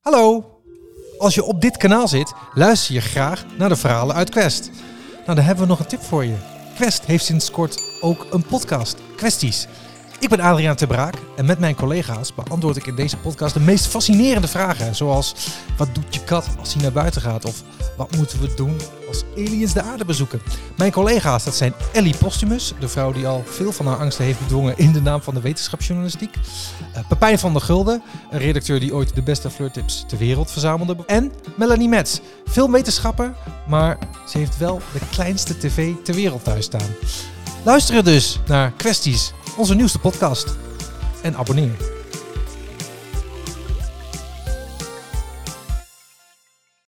Hallo! Als je op dit kanaal zit, luister je graag naar de verhalen uit Quest. Nou, dan hebben we nog een tip voor je. Quest heeft sinds kort ook een podcast, Questies. Ik ben Adriaan Ter Braak en met mijn collega's beantwoord ik in deze podcast de meest fascinerende vragen. Zoals, wat doet je kat als hij naar buiten gaat? Of wat moeten we doen als aliens de aarde bezoeken? Mijn collega's, dat zijn Ellie Postumus, de vrouw die al veel van haar angsten heeft bedwongen in de naam van de wetenschapsjournalistiek. Pepijn van der Gulden, een redacteur die ooit de beste flirttips ter wereld verzamelde. En Melanie Metz, filmwetenschapper, maar ze heeft wel de kleinste tv ter wereld thuis staan. Luisteren dus naar Questies, onze nieuwste podcast. En abonneer.